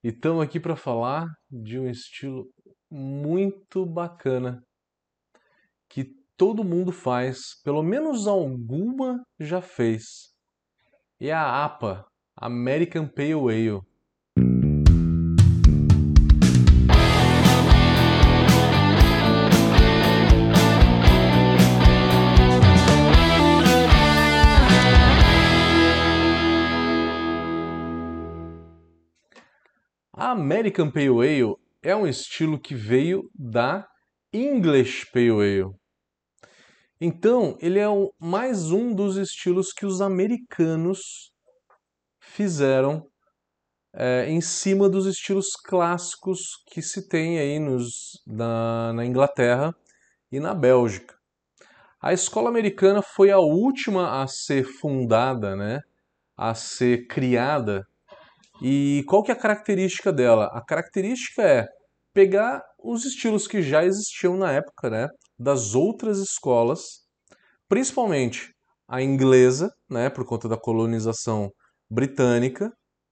E estamos aqui para falar de um estilo muito bacana que todo mundo faz, pelo menos alguma já fez. E é a APA, American Pale Ale. A American Pale Ale é um estilo que veio da English Pale Ale. Então, ele é mais um dos estilos que os americanos fizeram em cima dos estilos clássicos que se tem aí na Inglaterra e na Bélgica. A escola americana foi a última a ser fundada, né, a ser criada. E qual que é a característica dela? A característica é pegar os estilos que já existiam na época, né, das outras escolas, principalmente a inglesa, né, por conta da colonização britânica,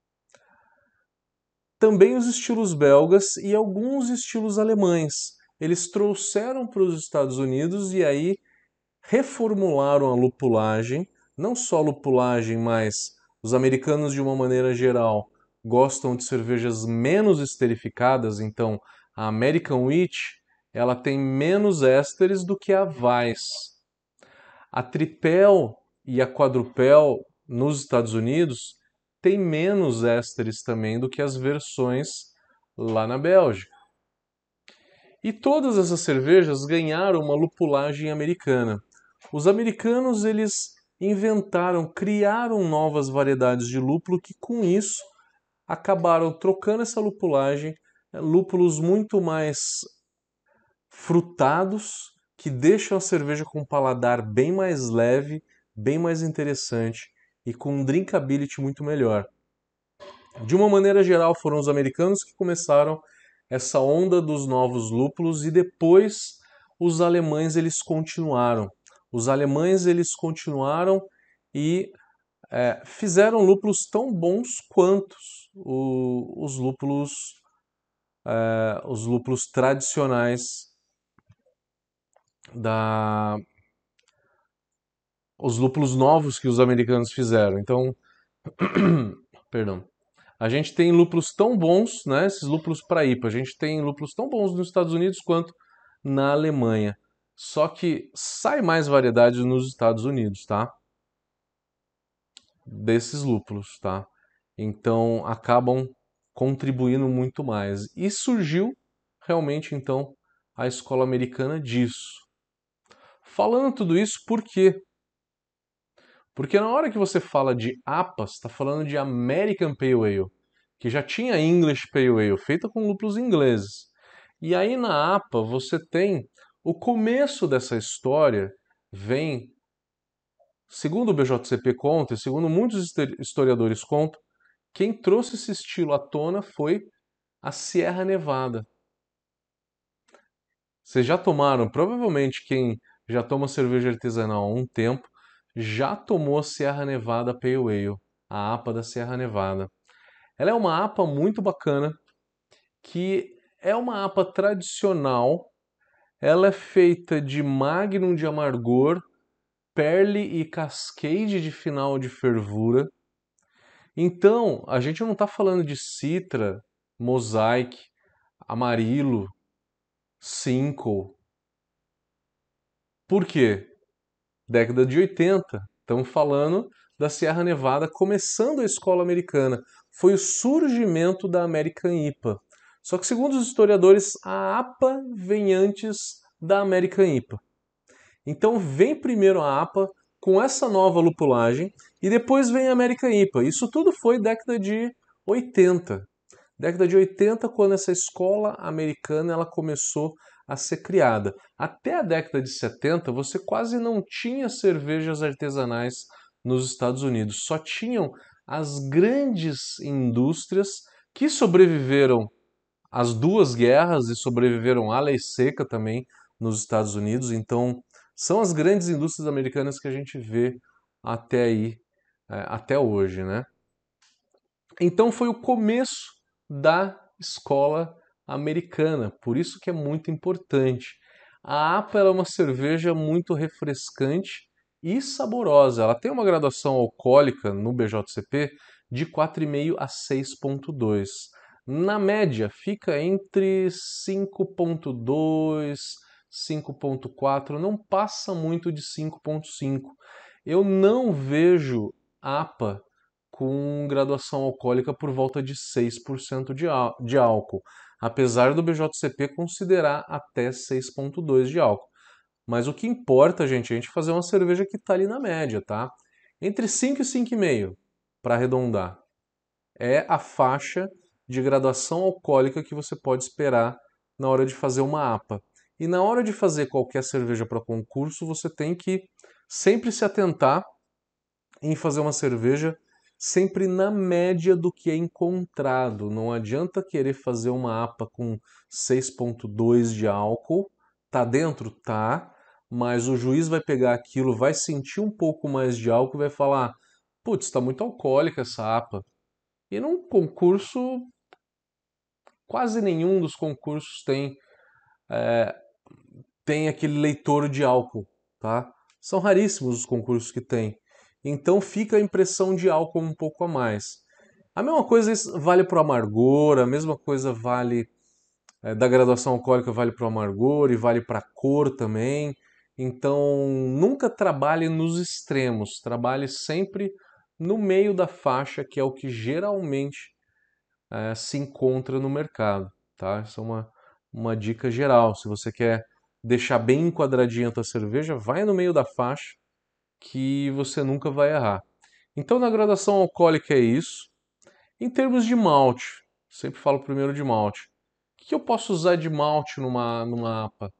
também os estilos belgas e alguns estilos alemães. Eles trouxeram para os Estados Unidos e aí reformularam a lupulagem, não só a lupulagem, mas os americanos, de uma maneira geral, gostam de cervejas menos esterificadas, então a American Wheat ela tem menos ésteres do que a Weiss. A Tripel e a Quadrupel nos Estados Unidos tem menos ésteres também do que as versões lá na Bélgica. E todas essas cervejas ganharam uma lupulagem americana. Os americanos eles inventaram, criaram novas variedades de lúpulo que com isso acabaram trocando essa lupulagem, lúpulos muito mais frutados, que deixam a cerveja com um paladar bem mais leve, bem mais interessante e com um drinkability muito melhor. De uma maneira geral, foram os americanos que começaram essa onda dos novos lúpulos e depois os alemães eles continuaram. Os alemães eles continuaram e fizeram lúpulos tão bons quanto os lúpulos tradicionais da os lúpulos novos que os americanos fizeram. Então, perdão. A gente tem lúpulos tão bons, né, esses lúpulos para IPA, a gente tem lúpulos tão bons nos Estados Unidos quanto na Alemanha. Só que sai mais variedade nos Estados Unidos, tá? Desses lúpulos, tá? Então acabam contribuindo muito mais. E surgiu realmente então a escola americana disso. Falando tudo isso, por quê? Porque na hora que você fala de APA, você está falando de American Pale Ale, que já tinha English Pale Ale, feita com lúpulos ingleses. E aí na APA você tem o começo dessa história, vem, segundo o BJCP conta, e segundo muitos historiadores contam, quem trouxe esse estilo à tona foi a Sierra Nevada. Vocês já tomaram, provavelmente quem já toma cerveja artesanal há um tempo, já tomou a Sierra Nevada Pale Ale, a APA da Sierra Nevada. Ela é uma APA muito bacana, que é uma APA tradicional. Ela é feita de Magnum de amargor, Perle e Cascade de final de fervura. Então, a gente não está falando de Citra, Mosaic, Amarillo, Simcoe. Por quê? Década de 80. Estamos falando da Sierra Nevada começando a escola americana. Foi o surgimento da American IPA. Só que, segundo os historiadores, a APA vem antes da American IPA. Então vem primeiro a APA com essa nova lupulagem e depois vem a American IPA. Isso tudo foi década de 80. Década de 80, quando essa escola americana ela começou a ser criada. Até a década de 70, você quase não tinha cervejas artesanais nos Estados Unidos. Só tinham as grandes indústrias que sobreviveram às duas guerras e sobreviveram à lei seca também nos Estados Unidos. Então, são as grandes indústrias americanas que a gente vê até aí, até hoje, né? Então foi o começo da escola americana, por isso que é muito importante. A APA ela é uma cerveja muito refrescante e saborosa. Ela tem uma graduação alcoólica no BJCP de 4,5 a 6,2. Na média, fica entre 5,2, 5,4, não passa muito de 5,5. Eu não vejo APA com graduação alcoólica por volta de 6% de álcool, apesar do BJCP considerar até 6,2 de álcool. Mas o que importa, gente, é a gente fazer uma cerveja que está ali na média, tá? Entre 5 e 5,5, para arredondar. É a faixa de graduação alcoólica que você pode esperar na hora de fazer uma APA. E na hora de fazer qualquer cerveja para concurso, você tem que sempre se atentar em fazer uma cerveja sempre na média do que é encontrado. Não adianta querer fazer uma APA com 6,2 de álcool. Tá dentro? Tá. Mas o juiz vai pegar aquilo, vai sentir um pouco mais de álcool e vai falar: putz, está muito alcoólica essa APA. E num concurso, quase nenhum dos concursos tem aquele leitor de álcool, tá? São raríssimos os concursos que tem. Então fica a impressão de álcool um pouco a mais. A mesma coisa vale para o amargor, a mesma coisa vale da graduação alcoólica vale para o amargor e vale para a cor também. Então nunca trabalhe nos extremos, trabalhe sempre no meio da faixa, que é o que geralmente se encontra no mercado, tá? Essa é uma dica geral. Se você quer deixar bem enquadradinha a tua cerveja, vai no meio da faixa que você nunca vai errar. Então, na graduação alcoólica é isso. Em termos de malte, sempre falo primeiro de malte. O que eu posso usar de malte numa APA?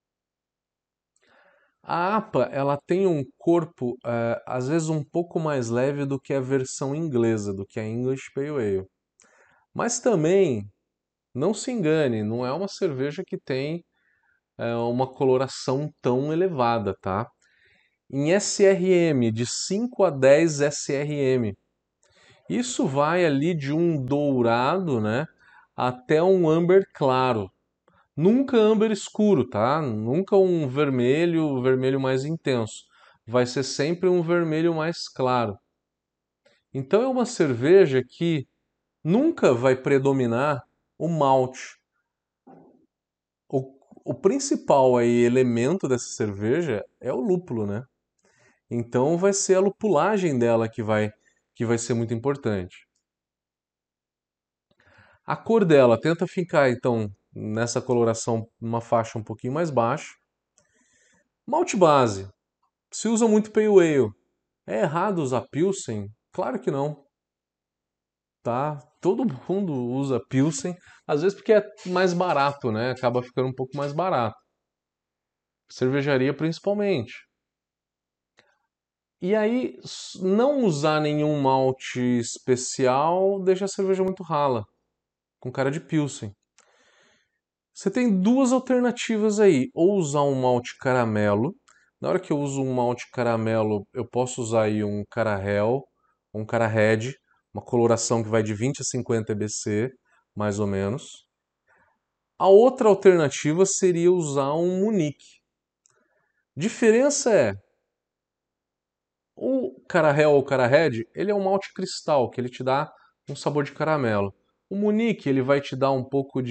A APA ela tem um corpo, às vezes, um pouco mais leve do que a versão inglesa, do que a English Pale Ale. Mas também, não se engane, não é uma cerveja que tem uma coloração tão elevada, tá? Em SRM, de 5 a 10 SRM. Isso vai ali de um dourado, né, até um amber claro. Nunca amber escuro, tá? Nunca um vermelho, vermelho mais intenso. Vai ser sempre um vermelho mais claro. Então é uma cerveja que nunca vai predominar o malte. O principal aí, elemento dessa cerveja é o lúpulo, né? Então vai ser a lupulagem dela que vai ser muito importante. A cor dela tenta ficar então nessa coloração, numa faixa um pouquinho mais baixa. Malte base. Se usa muito Pale Ale. É errado usar Pilsen? Claro que não. Tá? Todo mundo usa Pilsen, às vezes porque é mais barato, né? Acaba ficando um pouco mais barato. Cervejaria principalmente. E aí, não usar nenhum malte especial deixa a cerveja muito rala, com cara de Pilsen. Você tem duas alternativas aí, ou usar um malte caramelo. Na hora que eu uso um malte caramelo, eu posso usar aí um Carahel, um Cara Red, uma coloração que vai de 20 a 50 EBC, mais ou menos. A outra alternativa seria usar um Munique. Diferença é, o Carahel ou Cara Red, ele é um malte cristal, que ele te dá um sabor de caramelo. O Munique, ele vai te dar um pouco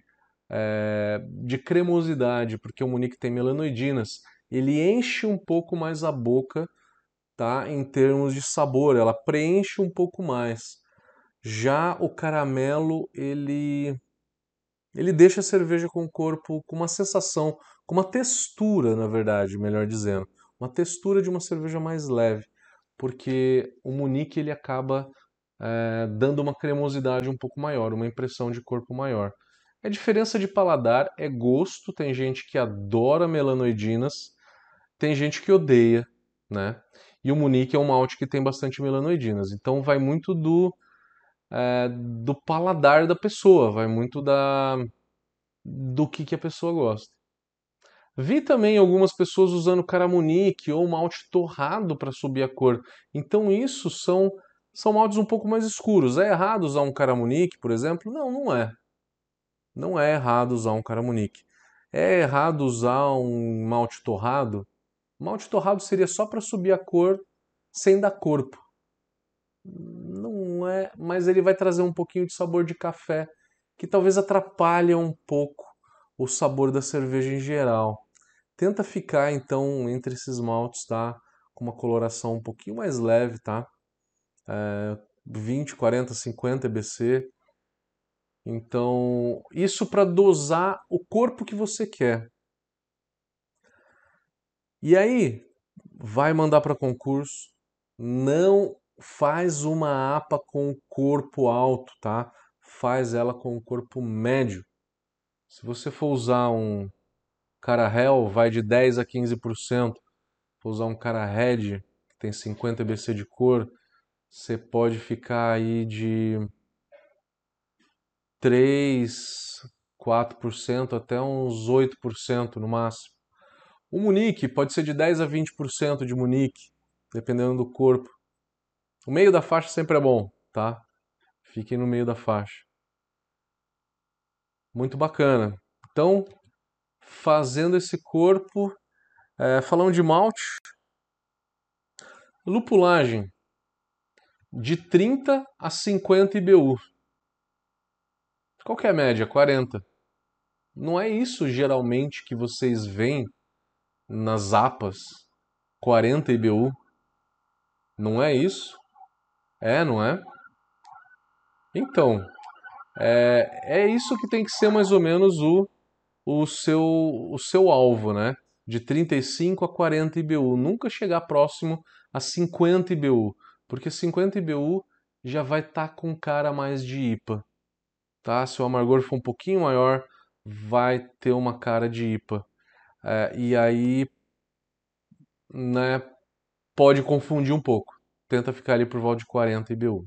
de cremosidade, porque o Munique tem melanoidinas. Ele enche um pouco mais a boca, tá? Em termos de sabor, ela preenche um pouco mais. Já o caramelo, ele deixa a cerveja com o corpo com uma sensação, com uma textura, na verdade, melhor dizendo, uma textura de uma cerveja mais leve, porque o Munique ele acaba dando uma cremosidade um pouco maior, uma impressão de corpo maior. A diferença de paladar é gosto, tem gente que adora melanoidinas, tem gente que odeia, né? E o Munique é um malte que tem bastante melanoidinas, então vai muito do paladar da pessoa, vai muito do que a pessoa gosta. Vi também algumas pessoas usando caramunique ou malte torrado para subir a cor. Então isso são São maltes um pouco mais escuros. É errado usar um Caramunique, por exemplo? Não, não é. Não é errado usar um Caramunique. É errado usar um malte torrado? Malte torrado seria só para subir a cor sem dar corpo. Não é, mas ele vai trazer um pouquinho de sabor de café, que talvez atrapalhe um pouco o sabor da cerveja em geral. Tenta ficar então entre esses maltes, tá? Com uma coloração um pouquinho mais leve, tá? 20, 40, 50 EBC. Então, isso para dosar o corpo que você quer. E aí, vai mandar para concurso, não faz uma APA com corpo alto, tá? Faz ela com corpo médio. Se você for usar um cara Hell, vai de 10 a 15%. For usar um cara Red, que tem 50 BC de cor, você pode ficar aí de 3, 4% até uns 8% no máximo. O Munique pode ser de 10 a 20% de Munique, dependendo do corpo. O meio da faixa sempre é bom, tá? Fiquem no meio da faixa. Muito bacana. Então, fazendo esse corpo, falando de malte, lupulagem de 30 a 50 IBU. Qual que é a média? 40. Não é isso geralmente que vocês veem nas APAs? 40 IBU? Não é isso? É, não é? Então, é isso que tem que ser mais ou menos o seu alvo, né? De 35 a 40 IBU. Nunca chegar próximo a 50 IBU, porque 50 IBU já vai estar com cara mais de IPA, tá? Se o amargor for um pouquinho maior, vai ter uma cara de IPA. E aí, né, pode confundir um pouco. Tenta ficar ali por volta de 40 IBU.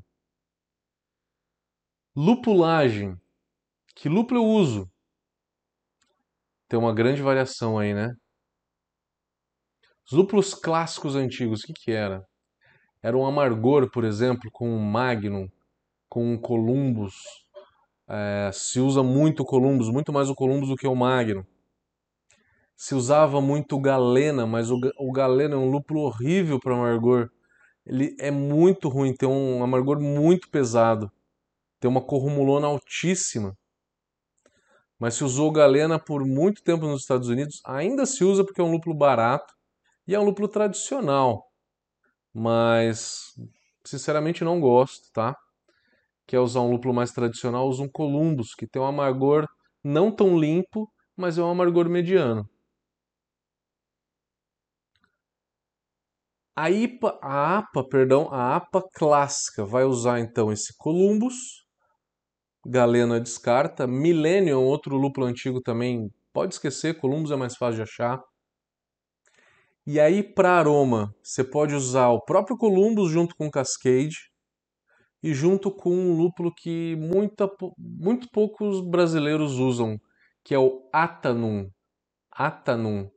Lupulagem. Que lúpulo eu uso? Tem uma grande variação aí, né? Os lúpulos clássicos antigos, o que que era? Era um amargor, por exemplo, com um Magnum, com um Columbus. Se usa muito o Columbus, muito mais o Columbus do que o Magnum. Se usava muito o Galena, mas o Galena é um lúpulo horrível para amargor. Ele é muito ruim, tem um amargor muito pesado, tem uma corrumulona altíssima. Mas se usou Galena por muito tempo nos Estados Unidos, ainda se usa porque é um lúpulo barato e é um lúpulo tradicional. Mas, sinceramente, não gosto, tá? Quer usar um lúpulo mais tradicional, usa um Columbus, que tem um amargor não tão limpo, mas é um amargor mediano. A APA clássica vai usar então esse Columbus, Galena descarta, Millennium, outro lúpulo antigo também, pode esquecer, Columbus é mais fácil de achar. E aí para aroma, você pode usar o próprio Columbus junto com o Cascade e junto com um lúpulo que muito poucos brasileiros usam, que é o Atanum. Atanum.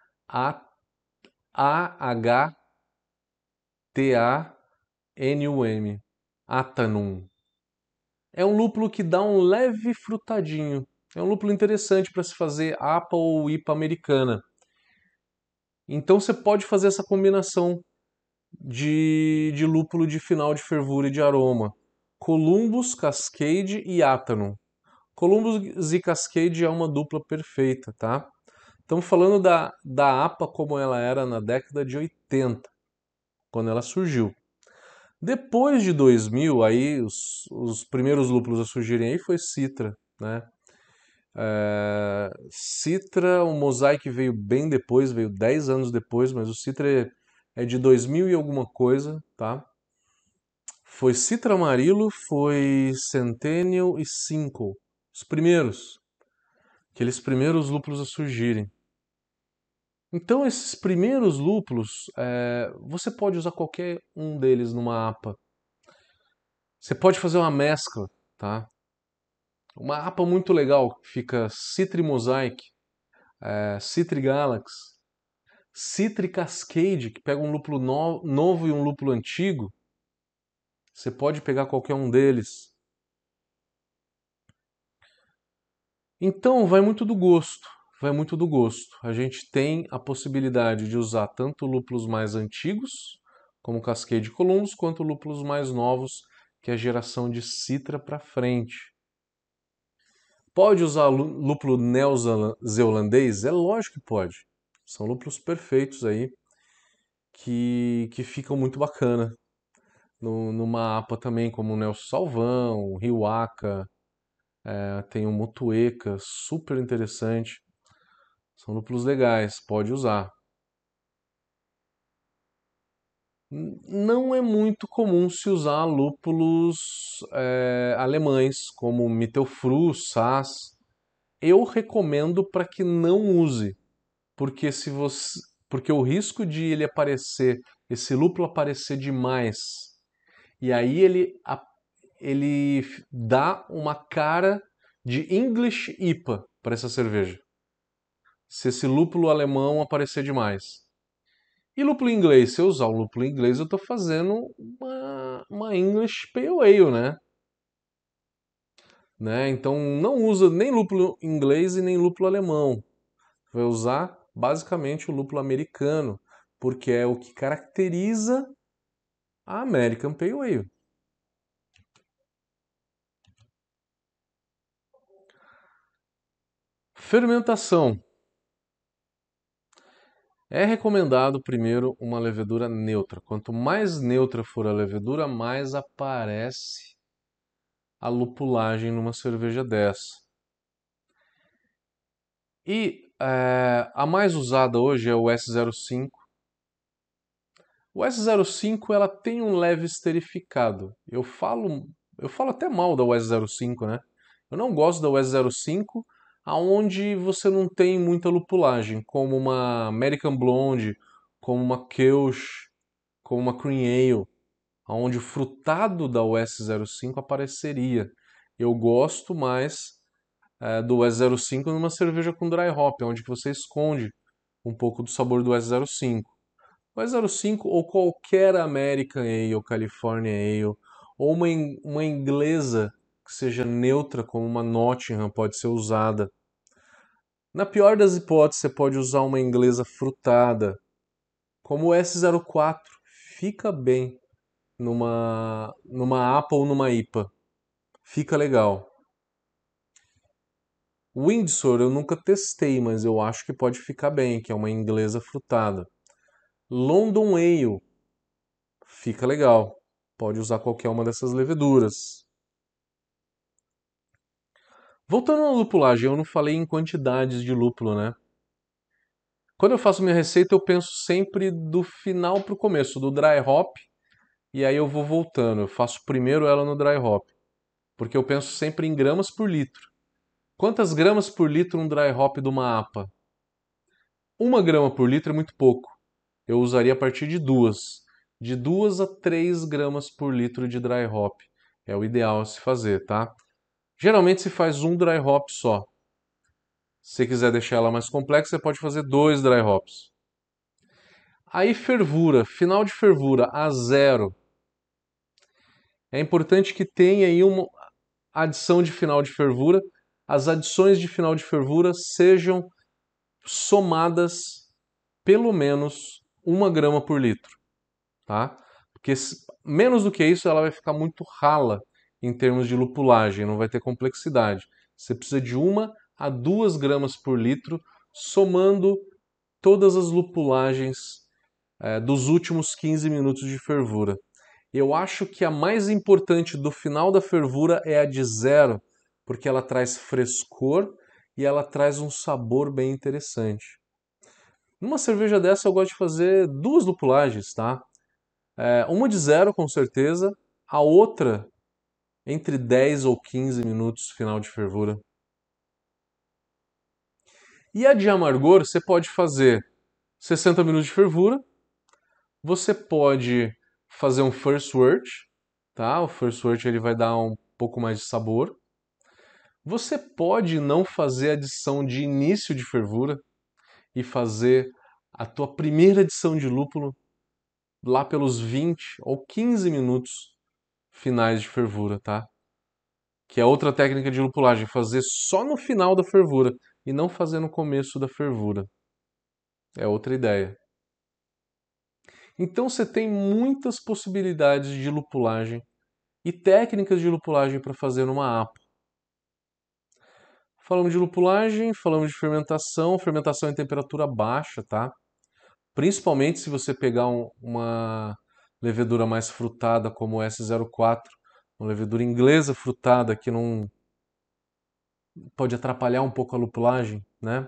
A-H-T-A-N-U-M. Atanum. É um lúpulo que dá um leve frutadinho. É um lúpulo interessante para se fazer APA ou IPA americana. Então você pode fazer essa combinação de lúpulo de final de fervura e de aroma. Columbus, Cascade e Atanum. Columbus e Cascade é uma dupla perfeita, tá? Estamos falando da APA como ela era na década de 80, quando ela surgiu. Depois de 2000, aí os primeiros lúpulos a surgirem aí foi Citra, né? Citra, o Mosaic veio bem depois, veio 10 anos depois, mas o Citra é de 2000 e alguma coisa, tá? Foi Citra Amarillo, foi Centennial e Simcoe, os primeiros, aqueles primeiros lúpulos a surgirem. Então, esses primeiros lúpulos, você pode usar qualquer um deles numa APA. Você pode fazer uma mescla, tá? Uma APA muito legal, fica Citra Mosaic, Citra Galaxy, Citra Cascade, que pega um lúpulo novo e um lúpulo antigo, Você pode pegar qualquer um deles. Então, vai muito do gosto. Vai muito do gosto. A gente tem a possibilidade de usar tanto lúpulos mais antigos, como Cascade Columbus, quanto lúpulos mais novos, que é a geração de Citra para frente. Pode usar lúpulo neozelandês? É lógico que pode. São lúpulos perfeitos aí, que ficam muito bacana. Numa APA também, como o Nelson Salvão, o Riwaka, tem o Motueka, super interessante. São lúpulos legais, pode usar. Não é muito comum se usar lúpulos alemães, como Mittelfrüh, Saaz. Eu recomendo para que não use, porque se você, porque o risco de ele aparecer, esse lúpulo aparecer demais, e aí ele dá uma cara de English IPA para essa cerveja. Se esse lúpulo alemão aparecer demais. E lúpulo inglês? Se eu usar o lúpulo inglês, eu estou fazendo uma English Pale Ale, né? Então não usa nem lúpulo inglês e nem lúpulo alemão. Vai usar basicamente o lúpulo americano, porque é o que caracteriza a American Pale Ale. Fermentação. É recomendado primeiro uma levedura neutra. Quanto mais neutra for a levedura, mais aparece a lupulagem numa cerveja dessa. E a mais usada hoje é o S05. O S05 ela tem um leve esterificado. Eu falo até mal da US05, né? Eu não gosto da US05, aonde você não tem muita lupulagem, como uma American Blonde, como uma Kölsch, como uma Cream Ale, aonde o frutado da US05 apareceria. Eu gosto mais do S05 numa cerveja com dry hop, onde que você esconde um pouco do sabor do S05. O S05 ou qualquer American Ale, California Ale, ou uma inglesa que seja neutra, como uma Nottingham, pode ser usada. Na pior das hipóteses, você pode usar uma inglesa frutada, como o S04. Fica bem numa APA ou numa IPA. Fica legal. Windsor eu nunca testei, mas eu acho que pode ficar bem, que é uma inglesa frutada. London Ale fica legal. Pode usar qualquer uma dessas leveduras. Voltando à lupulagem, eu não falei em quantidades de lúpulo, né? Quando eu faço minha receita, eu penso sempre do final para o começo, do dry hop, e aí eu vou voltando. Eu faço primeiro ela no dry hop, porque eu penso sempre em gramas por litro. Quantas gramas por litro um dry hop de uma APA? 1 grama por litro é muito pouco. Eu usaria a partir de 2. De 2 a 3 gramas por litro de dry hop. É o ideal a se fazer, tá? Geralmente se faz um dry hop só. Se você quiser deixar ela mais complexa, você pode fazer 2 dry hops. Aí fervura, final de fervura a 0. É importante que tenha aí uma adição de final de fervura. As adições de final de fervura sejam somadas pelo menos 1 grama por litro, tá? Porque menos do que isso ela vai ficar muito rala em termos de lupulagem, não vai ter complexidade. Você precisa de 1 a 2 gramas por litro, somando todas as lupulagens dos últimos 15 minutos de fervura. Eu acho que a mais importante do final da fervura é a de 0, porque ela traz frescor e ela traz um sabor bem interessante. Numa cerveja dessa eu gosto de fazer 2 lupulagens, tá? Uma de 0 com certeza, a outra entre 10 ou 15 minutos final de fervura. E a de amargor você pode fazer 60 minutos de fervura, você pode fazer um first wort, tá? O first wort ele vai dar um pouco mais de sabor. Você pode não fazer adição de início de fervura e fazer a tua primeira adição de lúpulo lá pelos 20 ou 15 minutos finais de fervura, tá? Que é outra técnica de lupulagem, fazer só no final da fervura e não fazer no começo da fervura. É outra ideia. Então você tem muitas possibilidades de lupulagem e técnicas de lupulagem para fazer numa APA. Falamos de lupulagem, falamos de fermentação, fermentação em temperatura baixa, tá? Principalmente se você pegar uma levedura mais frutada como o S04, uma levedura inglesa frutada que não pode atrapalhar um pouco a lupulagem, né?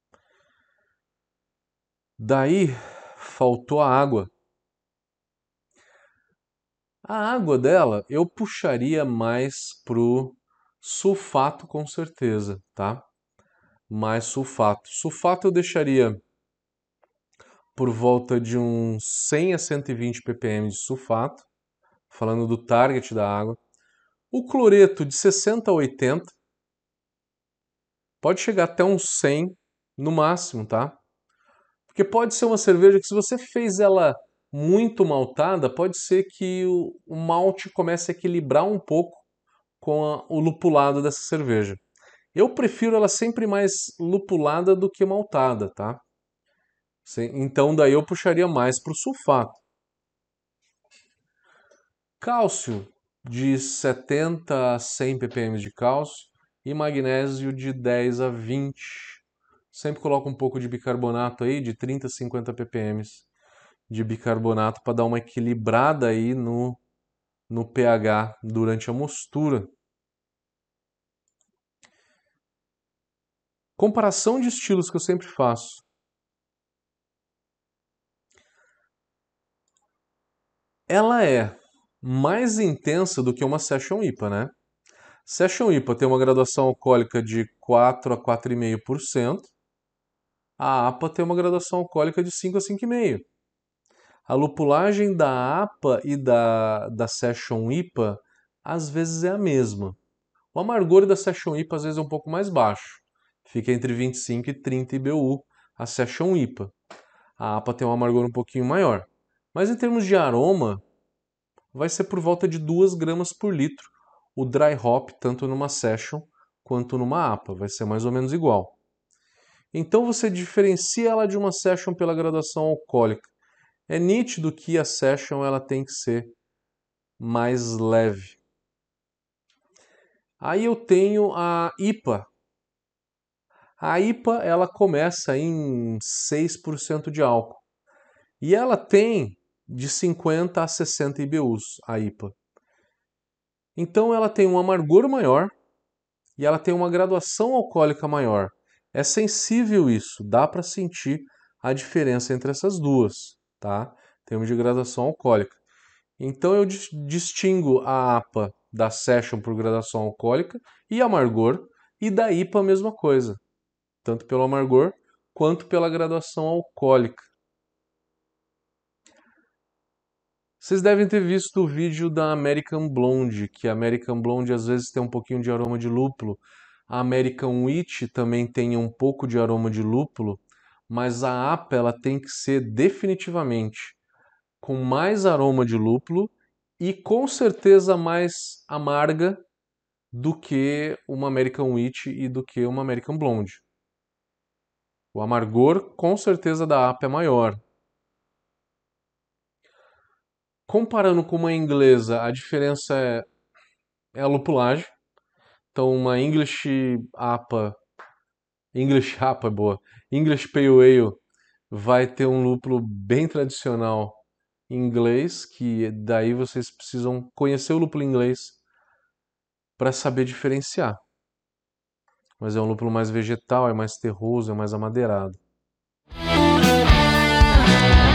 Daí faltou a água. A água dela eu puxaria mais pro sulfato com certeza, tá? Mais sulfato. Sulfato eu deixaria por volta de uns 100 a 120 ppm de sulfato, falando do target da água. O cloreto de 60 a 80, pode chegar até uns 100 no máximo, tá? Porque pode ser uma cerveja que se você fez ela muito maltada, pode ser que o malte comece a equilibrar um pouco com o lupulado dessa cerveja. Eu prefiro ela sempre mais lupulada do que maltada, tá? Então daí eu puxaria mais para o sulfato. Cálcio de 70 a 100 ppm de cálcio e magnésio de 10 a 20. Sempre coloco um pouco de bicarbonato aí, de 30 a 50 ppm de bicarbonato para dar uma equilibrada aí no pH durante a mostura. Comparação de estilos que eu sempre faço. Ela é mais intensa do que uma Session IPA, né? Session IPA tem uma graduação alcoólica de 4 a 4,5%. A APA tem uma graduação alcoólica de 5 a 5,5%. A lupulagem da APA e da Session IPA às vezes é a mesma. O amargor da Session IPA às vezes é um pouco mais baixo. Fica entre 25 e 30 IBU a Session IPA. A APA tem um amargor um pouquinho maior. Mas em termos de aroma, vai ser por volta de 2 gramas por litro o dry hop, tanto numa Session quanto numa APA. Vai ser mais ou menos igual. Então você diferencia ela de uma Session pela graduação alcoólica. É nítido que a Session ela tem que ser mais leve. Aí eu tenho a IPA. A IPA ela começa em 6% de álcool. E ela tem de 50 a 60 IBUs, a IPA. Então ela tem um amargor maior e ela tem uma graduação alcoólica maior. É sensível isso, dá para sentir a diferença entre essas duas, tá? Em termos de graduação alcoólica. Então eu distingo a APA da Session por graduação alcoólica e amargor, e da IPA a mesma coisa, tanto pelo amargor quanto pela graduação alcoólica. Vocês devem ter visto o vídeo da American Blonde, que a American Blonde às vezes tem um pouquinho de aroma de lúpulo. A American Wheat também tem um pouco de aroma de lúpulo, mas a APA ela tem que ser definitivamente com mais aroma de lúpulo e com certeza mais amarga do que uma American Wheat e do que uma American Blonde. O amargor com certeza da APA é maior. Comparando com uma inglesa, a diferença é a lupulagem. Então, uma English APA é boa. English Pale Ale vai ter um lúpulo bem tradicional inglês, que daí vocês precisam conhecer o lúpulo inglês para saber diferenciar. Mas é um lúpulo mais vegetal, é mais terroso, é mais amadeirado.